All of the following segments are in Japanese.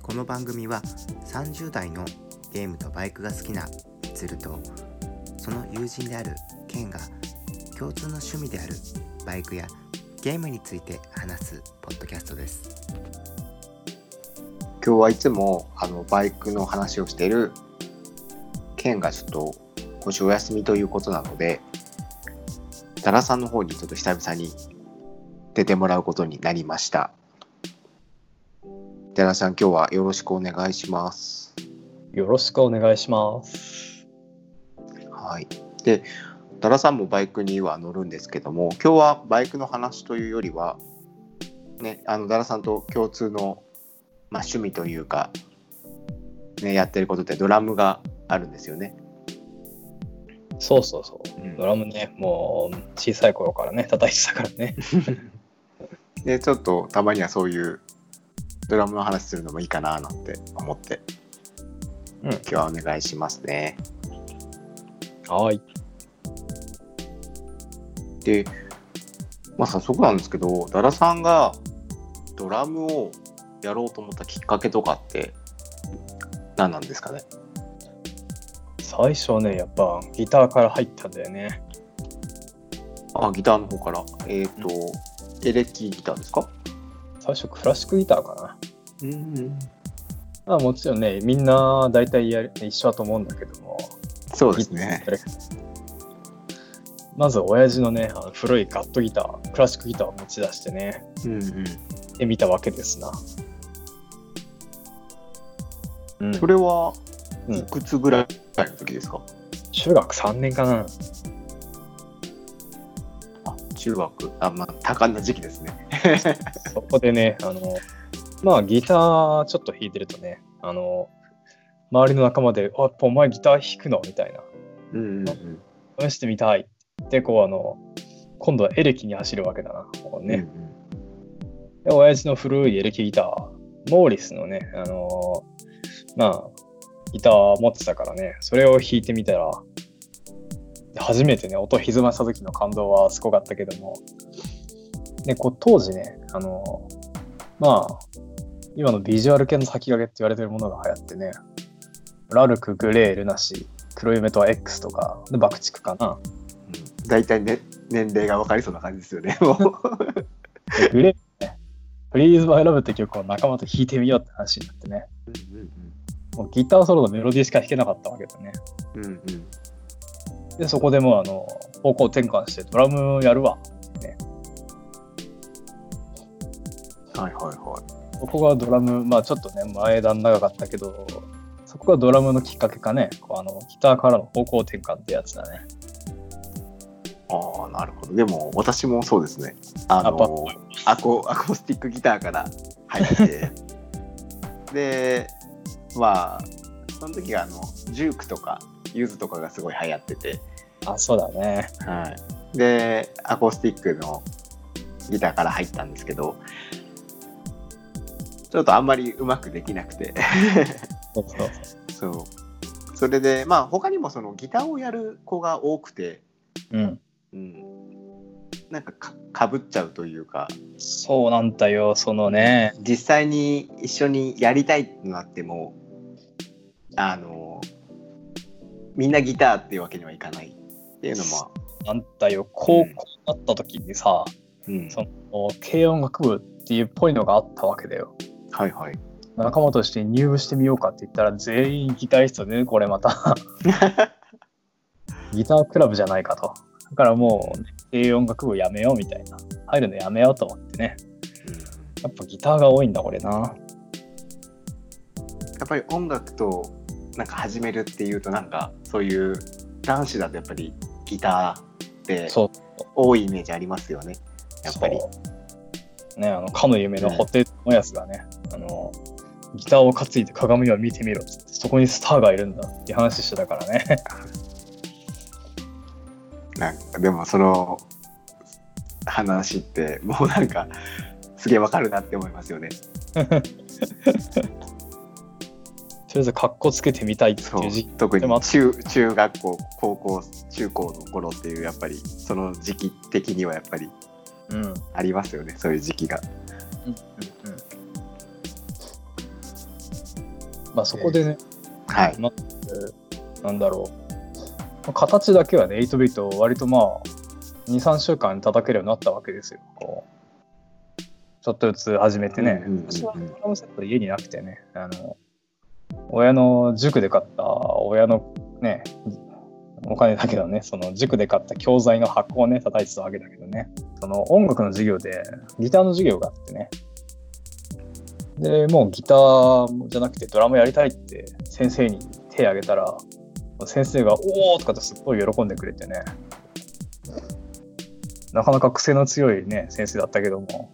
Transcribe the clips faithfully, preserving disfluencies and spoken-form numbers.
この番組はさんじゅう代のゲームとバイクが好きなみつるとその友人であるケンが共通の趣味であるバイクやゲームについて話すポッドキャストです。 今日はいつもあのバイクの話をしているケンがちょっと今週お休みということなので、ダラさんの方にちょっと久々に出てもらうことになりました。ダラさん、今日はよろしくお願いします。 よろしくお願いします。 はい。で、ダラさんもバイクには乗るんですけども、今日はバイクの話というよりはね、あのダラさんと共通の、まあ、趣味というか、ね、やってることってドラムがあるんですよね。 そうそうそう、うん、ドラムね、もう小さい頃からね叩いてたからねでちょっとたまにはそういうドラムの話するのもいいかななんて思って、うん、今日はお願いしますね。 はい。 で、まあ早速なんですけど、ダラさんがドラムをやろうと思ったきっかけとかって何なんですかね。 最初はね、やっぱギターから入ったんだよね。 あ、ギターの方から。えっと、うん、エレキギターですか？ 最初クラシックギターかな。 うん。 まあもちろんね、みんな大体や一緒だと思うんだけども。 そうですね。 まず親父のね、あの古いガットギター、クラシックギターを持ち出してね、 うんうん、 で見たわけですな。 うん、それはいくつぐらいの時ですか？うん、 中学さんねんかな。 あ、中学、あ、まあ多感な時期ですね。 そこでね、あのまあギターちょっと弾いてるとね、あの周りの仲間で、あ、やっぱお前ギター弾くのみたいな、 うんうんうん、 試してみたいで、こうあの今度はエレキに走るわけだな、こうね。うんうん、で親父の古いエレキギター、モーリスのね、あのまあギター持ってたからね、それを弾いてみたら、初めてね、音を歪ました時の感動はすごかったけども、でこう当時ね、あのまあ今のビジュアル系の先駆けって言われてるものが流行ってね、ラルク、グレー、ルナシー、黒夢と X とかで爆竹かな。 うん、大体、ね、年齢が分かりそうな感じですよね。 グレーね、フリーズ・バイ・ラブって曲を仲間と弾いてみようって話になってね。うんうんうん、もうギターソロのメロディーしか弾けなかったわけだね。うんうん、でそこでもうあの方向転換してドラムやるわ、ね。 はいはいはい。 そこがドラム、まあちょっとね前段長かったけど、そこがドラムのきっかけかね。こうあのギターからの方向転換ってやつだね。 ああ、なるほど。でも私もそうですね。あのアコアコースティックギターから入ってで、まあその時はあのジュークとかユズとかがすごい流行ってて、 あ、そうだね。 はい。でアコースティックのギターから入ったんですけど、ちょっとあんまりうまくできなくてそうそうそう。それでまあ他にもそのギターをやる子が多くて、 うんうん、なんか か, かぶっちゃうというか。 そうなんだよ、そのね。 実際に一緒にやりたいとなっても、あのみんなギターっていうわけにはいかないっていうのも。 なんだよ、高校だった時にさ、うん、その軽音楽部っていうっぽいのがあったわけだよ。 はいはい。 仲間として入部してみようかって言ったら全員ギタリストでね、これまたギタークラブじゃないかと。だからもう、ね、軽音楽部やめようみたいな、入るのやめようと思ってね、うん、やっぱギターが多いんだこれな。やっぱり音楽となんか始めるっていうと、なんかそういう男子だとやっぱりギターって多いイメージありますよね。やっぱりね、あのかの夢のホテルのやつがね、うん、あのギターを担いで鏡を見てみろっつって、そこにスターがいるんだって話してたからね。 なんかでもその話ってもうなんかすげえわかるなって思いますよね。とりあえずカッコつけてみたいっていう時期、 特に 中, 中学校高校中高の頃っていう、やっぱりその時期的にはやっぱりありますよね、うん、そういう時期が。うんうんうん、 まあそこでね、 はい。 まあ、なんだろう、形だけはね、はちビート割とまあ、に、さんしゅうかん叩けるようになったわけですよ。こうちょっとずつ始めてね。 うんうんうんうん私はドラムセット家になくてね、あの、親の塾で買った親のね、お金だけどね、その塾で買った教材の箱をね、叩いてたわけだけどね、その音楽の授業でギターの授業があってね、で、もうギターじゃなくてドラムやりたいって先生に手を挙げたら、先生がおーとかってすっごい喜んでくれてね、なかなか癖の強いね、先生だったけども、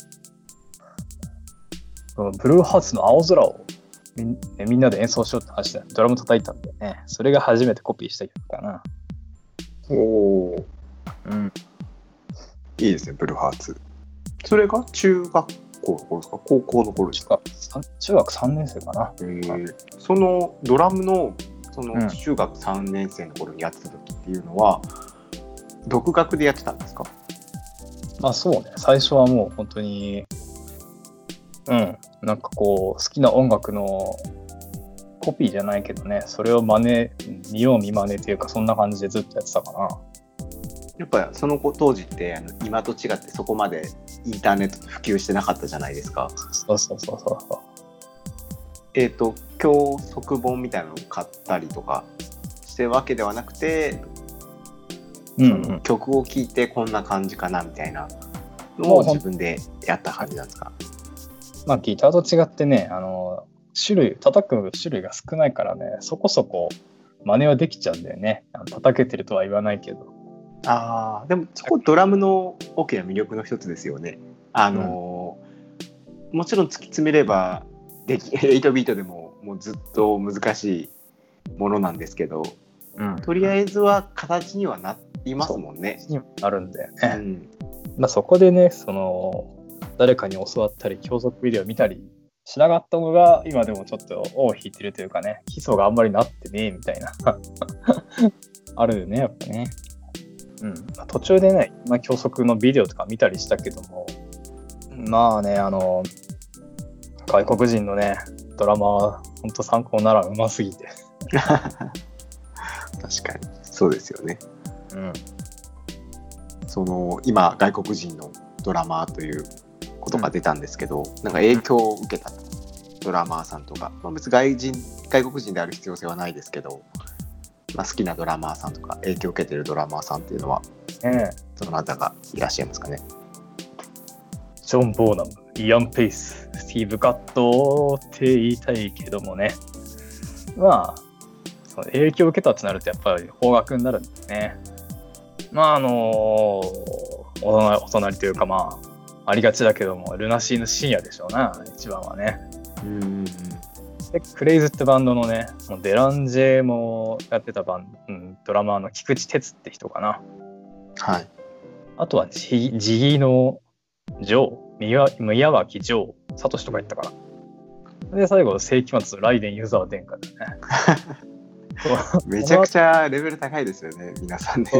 このブルーハーツの青空をみん、みんなで演奏しようって話でドラム叩いたんでね、それが初めてコピーした曲かな。 おお、 うん。 いいですね、ブルーハーツ。それが中学校の頃ですか、高校の頃ですか。 中学さんねん生かな。 えー、そのドラムのその中学さんねん生の頃にやってた時っていうのは、うん、独学でやってたんですか？ まあそうね、最初はもう本当に、うん、なんかこう好きな音楽のコピーじゃないけどね、それを真似、見よう見真似っていうか、そんな感じでずっとやってたかな。 やっぱその当時ってあの今と違ってそこまでインターネット普及してなかったじゃないですか。 そうそうそうそう。 えっと教則本みたいなのを買ったりとかしてるわけではなくて、うんうん、曲を聴いてこんな感じかなみたいなのを自分でやった感じなんですか？ まあギターと違ってね、あの種類叩く種類が少ないからね、そこそこ真似はできちゃうんだよね。叩けてるとは言わないけど。 ああ、でもそこドラムの大きな魅力の一つですよね。あの、うん、もちろん突き詰めればできはちビートでももうずっと難しいものなんですけど、うん、とりあえずは形にはなりますもんね。 形にはなるんだよね。うん、まあそこでね、その誰かに教わったり教則ビデオ見たりしなかったのが今でもちょっと尾を引いてるというかね、基礎があんまりなってねえみたいなあるよね、やっぱね。うん、途中でね、まあ、教則のビデオとか見たりしたけども、まあね、あの外国人のねドラマは本当参考ならうますぎて確かにそうですよね。うん、その今外国人のドラマーということが出たんですけど、うん、なんか影響を受けたドラマーさんとか、まあ、別に外人外国人である必要性はないですけど、まあ、好きなドラマーさんとか影響を受けているドラマーさんっていうのは、ええ、どなたがいらっしゃいますかね？ ジョン・ボーナム、イアン・ペイス、スティーブ・ガットって言いたいけどもね、まあその影響を受けたってなるとやっぱり邦楽になるんですね。まああのお隣というかまあありがちだけどもルナシーの深夜でしょうな、一番はね。うんうんうん、でクレイズってバンドのね、デランジェもやってたバン、うん、ドラマーの菊池哲って人かな。 はい。 あとはジギーのジョー、宮脇ジョー、サトシとか言ったかな。で最後世紀末のライデン湯沢殿下だね。 めちゃくちゃレベル高いですよね、皆さんね。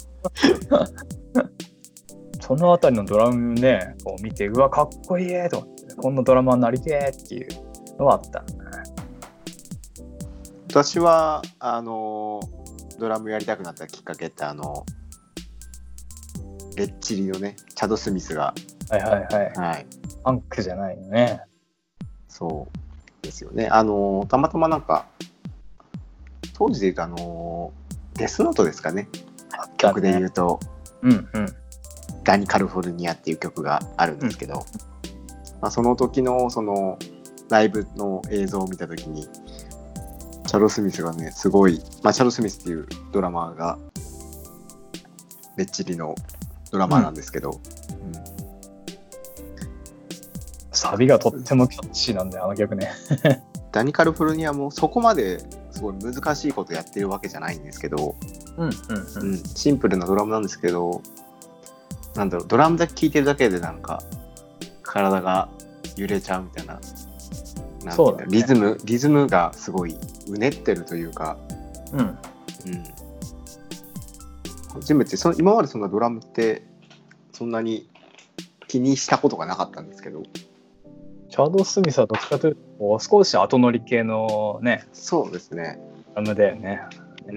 そのあたりのドラムね、こう見て、うわかっこいいと思って、こんなドラマーになりてーっていうのはあった、ね。 私はあのドラムやりたくなったきっかけってあのレッチリのねチャド・スミスがはいはいはい、はい、パンクじゃないよね。 そうですよね。あのたまたまなんか当時で言うとあのデスノートですかね、曲で言うと、うんうん、ダニ・カルフォルニアっていう曲があるんですけど、うんまあ、その時のそのライブの映像を見た時にチャド・スミスがねすごい、まあ、チャド・スミスっていうドラマーがレッチリのドラマーなんですけど、うんうん、 サビがとってもキャッチーなんだよあの曲ね。 ダニ・カルフォルニアもそこまですごい難しいことやってるわけじゃないんですけど、うんうんうんうん、シンプルなドラムなんですけど、なんだろう、ドラムだけ聴いてるだけでなんか体が揺れちゃうみたいな、なんそうだね、リズムリズムがすごいうねってるというか、うんうん、初めてその今までそんなドラムってそんなに気にしたことがなかったんですけど、 チチャード・スミスはどっちかというと、少し後乗り系のね、 そうですね。 ドラムだよね。 うん。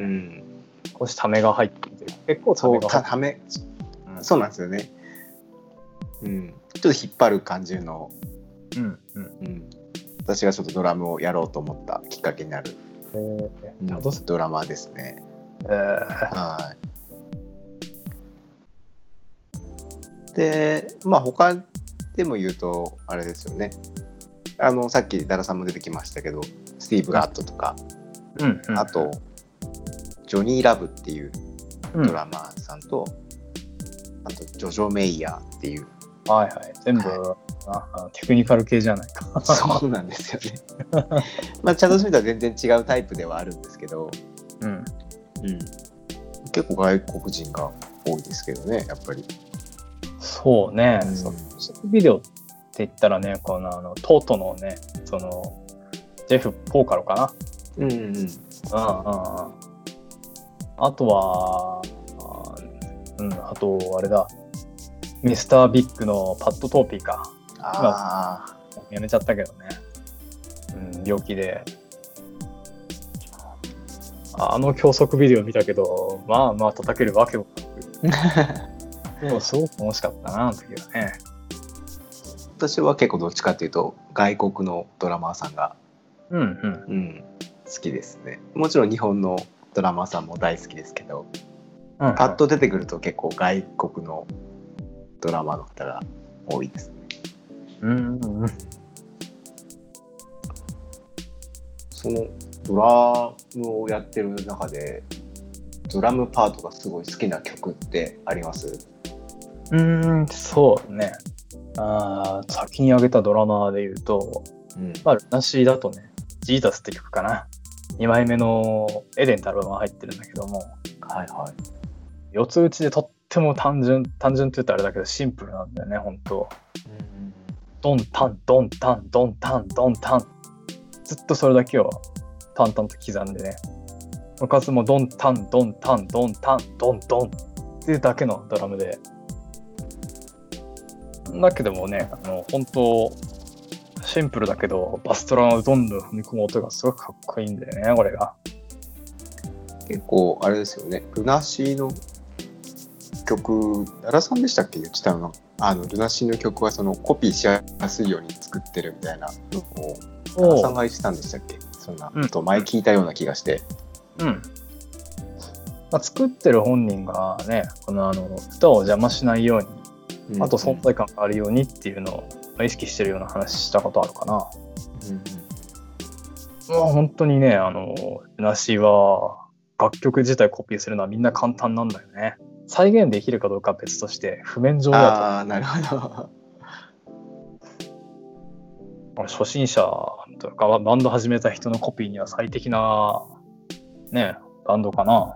少しためが入ってて、結構たそう、 めが入ってため、 て、 そうなんですよね。うん。ちょっと引っ張る感じの、 うんうんうん。私がちょっとドラムをやろうと思ったきっかけになる、 えーうんチャードスドラマーですね。 えーはい。で、まあ他でも言うとあれですよね。あのさっきダラさんも出てきましたけど、スティーブ・ガットとか、 うんうん、 あとジョニー・ラブっていううん、 ドラマーさんと、あとジョジョ・メイヤーっていう。 はいはい、全部、 はああテクニカル系じゃないか。 そうなんですよね。まあチャド・スミスは全然違うタイプではあるんですけど、 うん、 うん、結構外国人が多いですけどね、やっぱり。 そうね、 うんそのビデオって言ったらね、このあのトートのね、そのジェフ・ポーカロかな。 うんうんうん。 うんうんうん。あとは、あうん、あとあれだ、ミスタービッグのパッド・トーピーか。 ああ。 やめちゃったけどね。うん、病気で。あの教則ビデオ見たけど、まあまあ叩けるわけもなく。でもすごく楽しかったな、あの時はね。 私は結構どっちかっていうと外国のドラマーさんが、 うんうん。 うん、好きですね。もちろん日本のドラマーさんも大好きですけど、 うんうん、 パッと出てくると結構外国のドラマの方が多いですね。 うんうんうん。 そのドラムをやってる中でドラムパートがすごい好きな曲ってあります？ うーん、そうね。あー先に挙げたドラマーで言うと、 うん、 まあ、ルナシーだとね、ジータスって曲かな。にまいめのエデンってアルバムが入ってるんだけども、 はいはい。 四つ打ちでとっても単純、単純って言ったらあれだけどシンプルなんだよね、ほんと。 うんドンタン、ドンタン、ドンタン、ドンタン。ずっとそれだけを淡々と刻んでね。かつもドンタン、ドンタン、ドンタン、ドンドンっていうだけのドラムで。だけどもね、あの本当シンプルだけど、バストラのどんどん踏み込む音がすごくかっこいいんだよね、これが。 結構あれですよね。ルナシーの曲、奈良さんでしたっけ言ってたの？あのルナシーの曲はそのコピーしやすいように作ってるみたいなのを奈良さんが言ってたんでしたっけ？そんなこと前聞いたような気がして。 うん。まあ、作ってる本人がね、このあの歌を邪魔しないように、あと存在感があるようにっていうのを意識してるような話したことあるかな。うんうん、まあ本当にね、あのルナシーは楽曲自体コピーするのはみんな簡単なんだよね。再現できるかどうかは別として譜面上だと。 ああ、なるほど。 初心者とかバンド始めた人のコピーには最適なねバンドかな。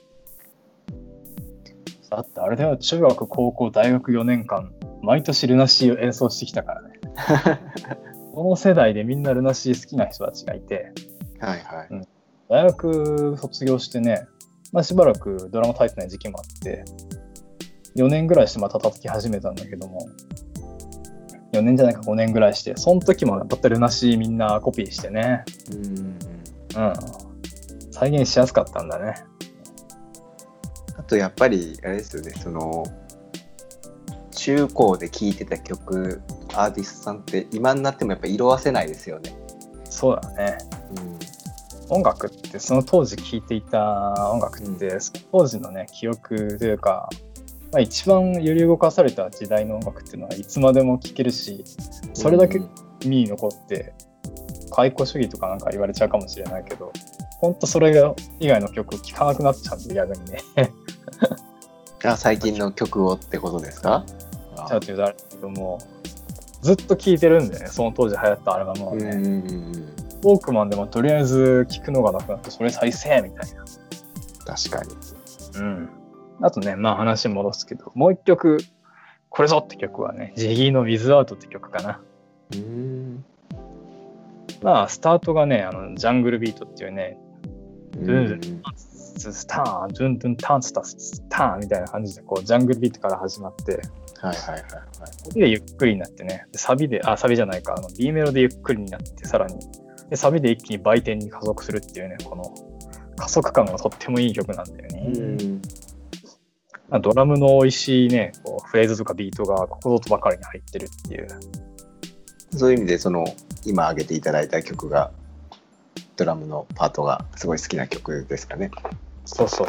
だってあれだよ、中学高校大学よねんかん毎年ルナシーを演奏してきたからね。この世代でみんなルナシー好きな人たちがいて、 はいはい、 うん、大学卒業してね、まあ、しばらくドラマ書いてない時期もあってよねんぐらいしてまた叩き始めたんだけども、よねんじゃないかごねんぐらいして、その時もやっぱルナシーみんなコピーしてね、うん、うん、再現しやすかったんだね。 あとやっぱりあれですよね、その中高で聴いてた曲、アーティストさんって今になってもやっぱ色褪せないですよね。 そうだね、うん、音楽ってその当時聴いていた音楽って、うん、その当時のね記憶というか、まあ、一番揺り動かされた時代の音楽っていうのはいつまでも聴けるし、それだけ耳に残って解雇主義とかなんか言われちゃうかもしれないけど、ほんとそれ以外の曲聴かなくなっちゃうんで、逆にね。 あ、最近の曲をってことですか？ ちゃうというとあれだけども、ずっと聴いてるんでね、その当時流行ったアルバムはね。うんうんうん、ウォークマンでもとりあえず聴くのがなくなって、それ再生みたいな。 確かに。 うん。あとね、まあ話戻すけど、もう一曲、これぞって曲はね、ジギーの Without って曲かな。うーん。まあ、スタートがね、あのジャングルビートっていうね、ドゥンドゥンツスターン、ドゥンドゥンタンツタスターンみたいな感じで、こう、ジャングルビートから始まって、 はいはいはいはい。 サビでゆっくりになってね、サビで、あ、サビじゃないか、あの B メロでゆっくりになって、さらに、でサビで一気に売店に加速するっていうね、この加速感がとってもいい曲なんだよね。 うんドラムの美味しいね、こうフレーズとかビートがここぞとばかりに入ってるっていう。 そういう意味でその今挙げていただいた曲がドラムのパートがすごい好きな曲ですかね。 そうそう。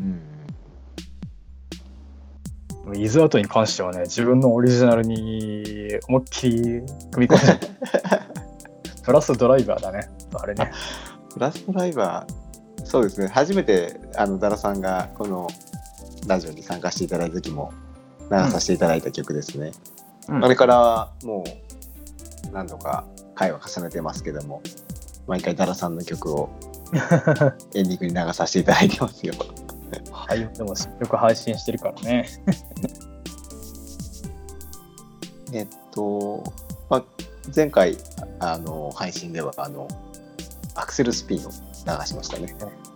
うん、 イズアウトに関してはね、自分のオリジナルに思いっきり組み込んでプラスドライバーだね、あれね。 プラスドライバー、そうですね。初めてあのダラさんがこのラジオに参加していただいた時も流させていただいた曲ですね。うん、あれからもう何度か回は重ねてますけども、毎回ダラさんの曲をエンディングに流させていただいてますよ。 はい、でもよく配信してるからね。 えっと、まあ、前回あの配信ではあのアクセルスピンを流しましたね。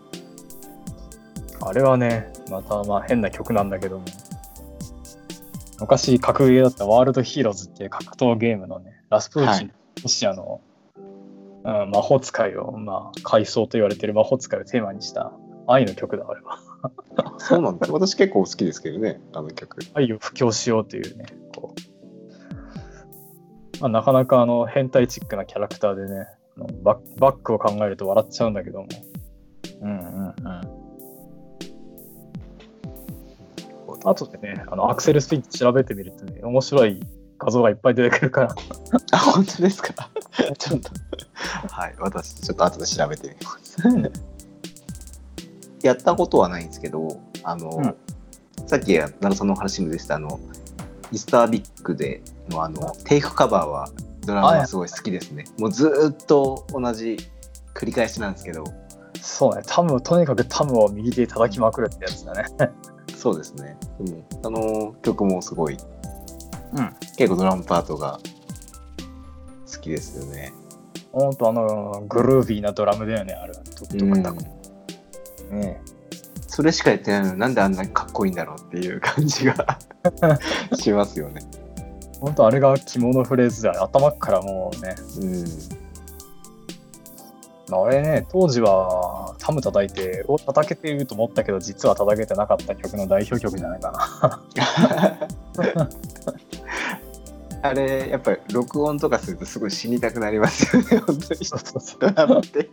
あれはね、またまあ変な曲なんだけども、昔格ゲーだったワールドヒーローズっていう格闘ゲームのね、ラスプーチン、ロシアの、うん、魔法使いを、まあ、階層と言われている魔法使いをテーマにした愛の曲だ、あれは。 そうなんだ。私結構好きですけどね、あの曲。 愛を布教しようというね、こう、まあ、なかなかあの変態チックなキャラクターでね、バック、バックを考えると笑っちゃうんだけども。うんうんうん。あとでね、あのアクセルスピン調べてみるとね、面白い画像がいっぱい出てくるから。 あ、本当ですか。ちょっと、はい、私ちょっと後で調べてみます。やったことはないんですけど、あの、うん、さっき奈良さんの話にも出てたあのミスタービッグでのあのテイクカバーはドラマがすごい好きですね。もうずっと同じ繰り返しなんですけど。 そうね、タムとにかくタムを右手で叩きまくるってやつだね。 そうですね。でもあの曲もすごい、 うん、 結構ドラムパートが好きですよね。 ほんとあのグルービーなドラムだよね、あれ。とかたく、 うん、ね、それしかやってないのになんであんなにかっこいいんだろうっていう感じがしますよね。 ほんとあれが肝のフレーズで頭からもうね。 うん。 あれね、当時はタム叩いてお叩けていると思ったけど実は叩けてなかった曲の代表曲じゃないかな。 あれやっぱり録音とかするとすごい死にたくなりますよね、本当に。 そうそうそう。 ドラムって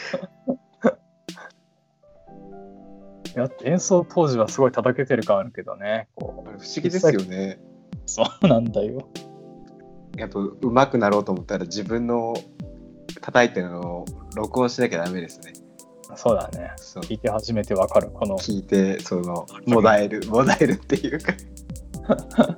いや演奏当時はすごい叩けてる感あるけどね。こう不思議ですよね。 そうなんだよ。 やっぱ上手くなろうと思ったら自分の叩いてるのを録音しなきゃダメですね。 そうだね。聞いて初めてわかる。この聞いてそのもだえるもだえるっていうか。 パ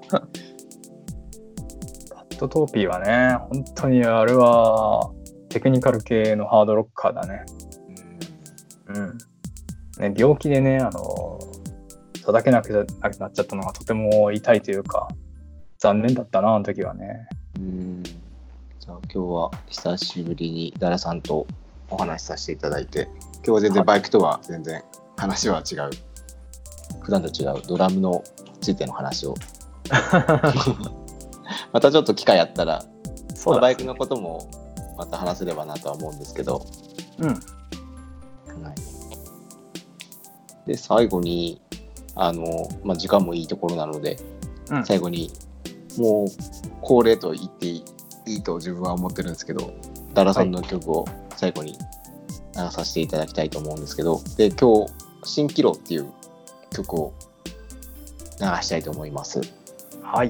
ッドトーピーはね、本当にあれはテクニカル系のハードロッカーだね。うん。うんね、病気でね、あの叩けなくなっちゃったのがとても痛いというか残念だったな、あの時はね。 うん。じゃあ今日は久しぶりにダラさんとお話しさせていただいて、今日は全然バイクとは全然話は違う、普段と違うドラムのついての話をまたちょっと機会あったらそうだ、バイクのこともまた話せればなとは思うんですけど、 うん、はい、 で最後にあの、まあ、時間もいいところなので、うん、最後にもう恒例と言っていいいいと自分は思ってるんですけど、ダラさんの曲を最後に流させていただきたいと思うんですけど、で今日蜃気楼っていう曲を流したいと思います。 はい。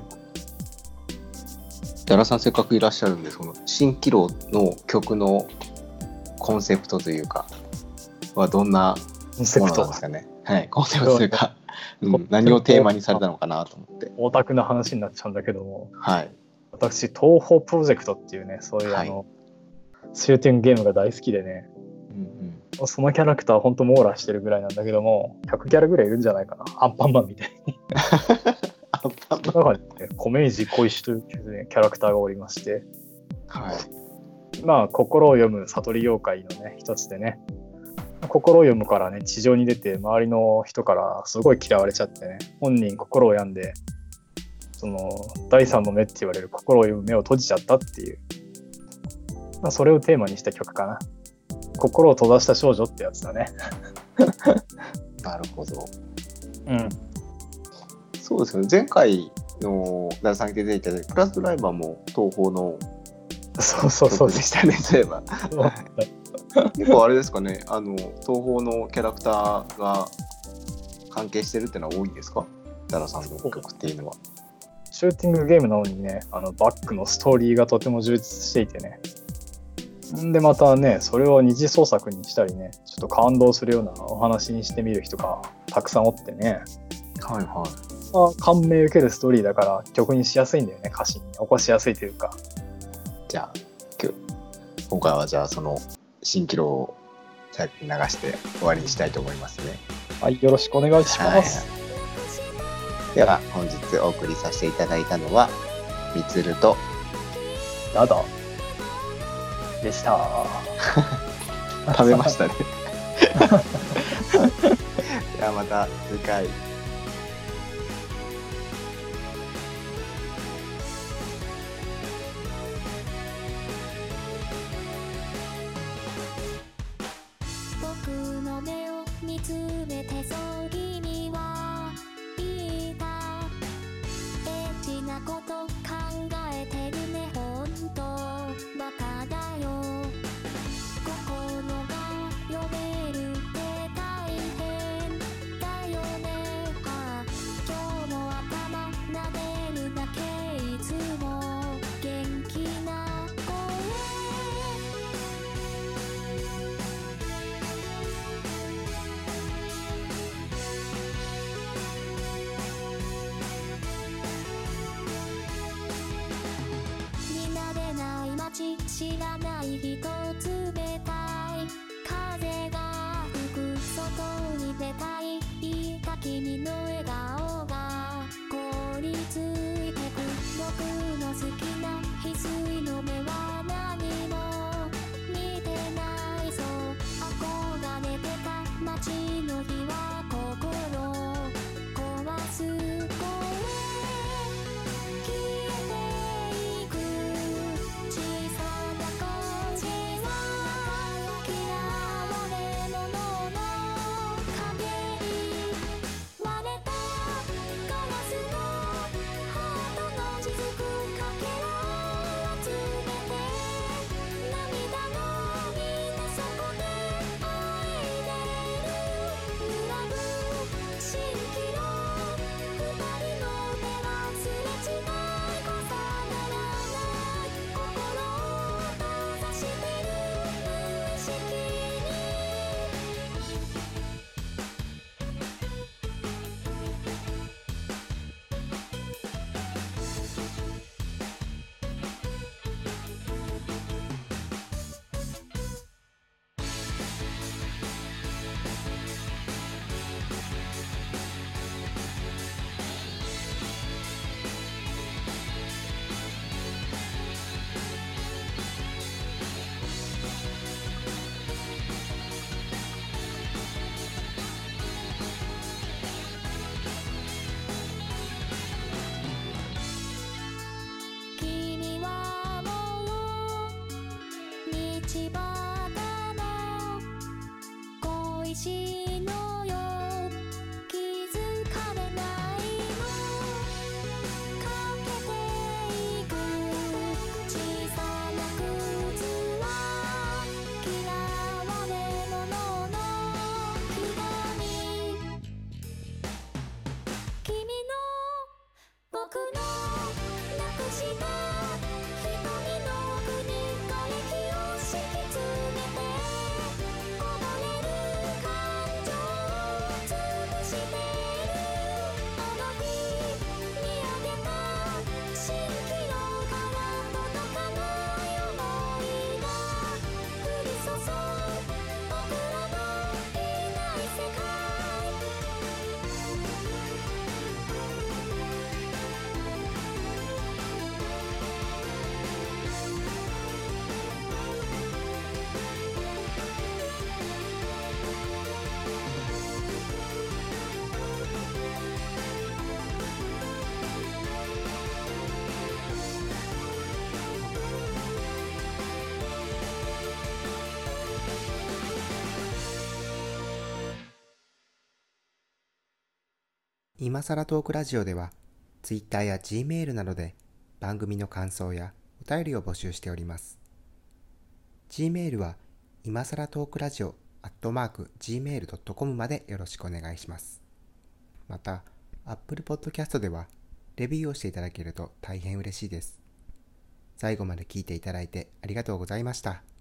ダラさんせっかくいらっしゃるんで、その蜃気楼の曲のコンセプトというかはどんなものなんですかね。はい、コンセプトというか、うん、何をテーマにされたのかなと思って。 オタクな話になっちゃうんだけども、 はい。 私、東宝プロジェクトっていうね、そういうあの、はい、シューティングゲームが大好きでね、うんうん、そのキャラクターは本当網羅してるぐらいなんだけども、ひゃくキャラぐらいいるんじゃないかな、アンパンマンみたいに。 アンパンマン。 だからね、米地小石という、ね、キャラクターがおりまして、 はい。 まあ、心を読む悟り妖怪のね、一つでね、 心を読むからね、地上に出て周りの人からすごい嫌われちゃってね、本人心を病んで、その第三の目って言われる心を読む目を閉じちゃったっていう、まあ、それをテーマにした曲かな。心を閉ざした少女ってやつだね。 なるほど。 うん。 そうですよね。前回のダラさんに出ていただいたプラスドライバーも東宝のそうそうそう曲でしたね、そういえば。結構あれですかね、あの東宝のキャラクターが関係してるってのは多いんですか、ダラさんの曲っていうのは。 シューティングゲームなのにね、あのバックのストーリーがとても充実していてね。んでまたね、それを二次創作にしたりね、ちょっと感動するようなお話にしてみる人がたくさんおってね。 はいはい。 まあ、感銘受けるストーリーだから曲にしやすいんだよね、歌詞に起こしやすいというか。 じゃあ今日今回はじゃあその蜃気楼を最後に流して終わりにしたいと思いますね。 はい、よろしくお願いします。 はい、では本日お送りさせていただいたのはみつるとダダでした。 食べましたね。ではまた次回。 僕の目を見つめてそう君は言った。エッチなこと考えてるね、ほんとバカだよ。心が読めるって大変だよね。ああ、今日も頭撫でるだけ、いつも元気な声。見慣れない街、知らない人、冷たい風が吹く、外に出たい、いた君の笑顔が凍りついてく。僕の好きな翡翠の目は何も見てない、そう憧れてた街の日は心壊す声。消えていく小さな声は嫌われ者の影に割れたガラスのハートの雫かけらを集めて、涙の水そこで愛でる揺らぐ蜃気楼。二人の手はすれ違い重ならない、心を閉ざしてる無意識に。君はもう道端の小石のよ、気づかれないのかけていく小さな靴は嫌われ者の瞳。君の僕のなくした瞳の奥に瓦礫を敷き詰めて、溺れる感情を潰してる。あの日見上げた蜃気楼から届かない想いが降り注ぐ、僕らのいない世界。 今さらトークラジオでは Twitter や Gmail などで番組の感想やお便りを募集しております。Gmail は今さらトークラジオアットマーク ジーメールドットコム までよろしくお願いします。また Apple Podcast ではレビューをしていただけると大変嬉しいです。最後まで聞いていただいてありがとうございました。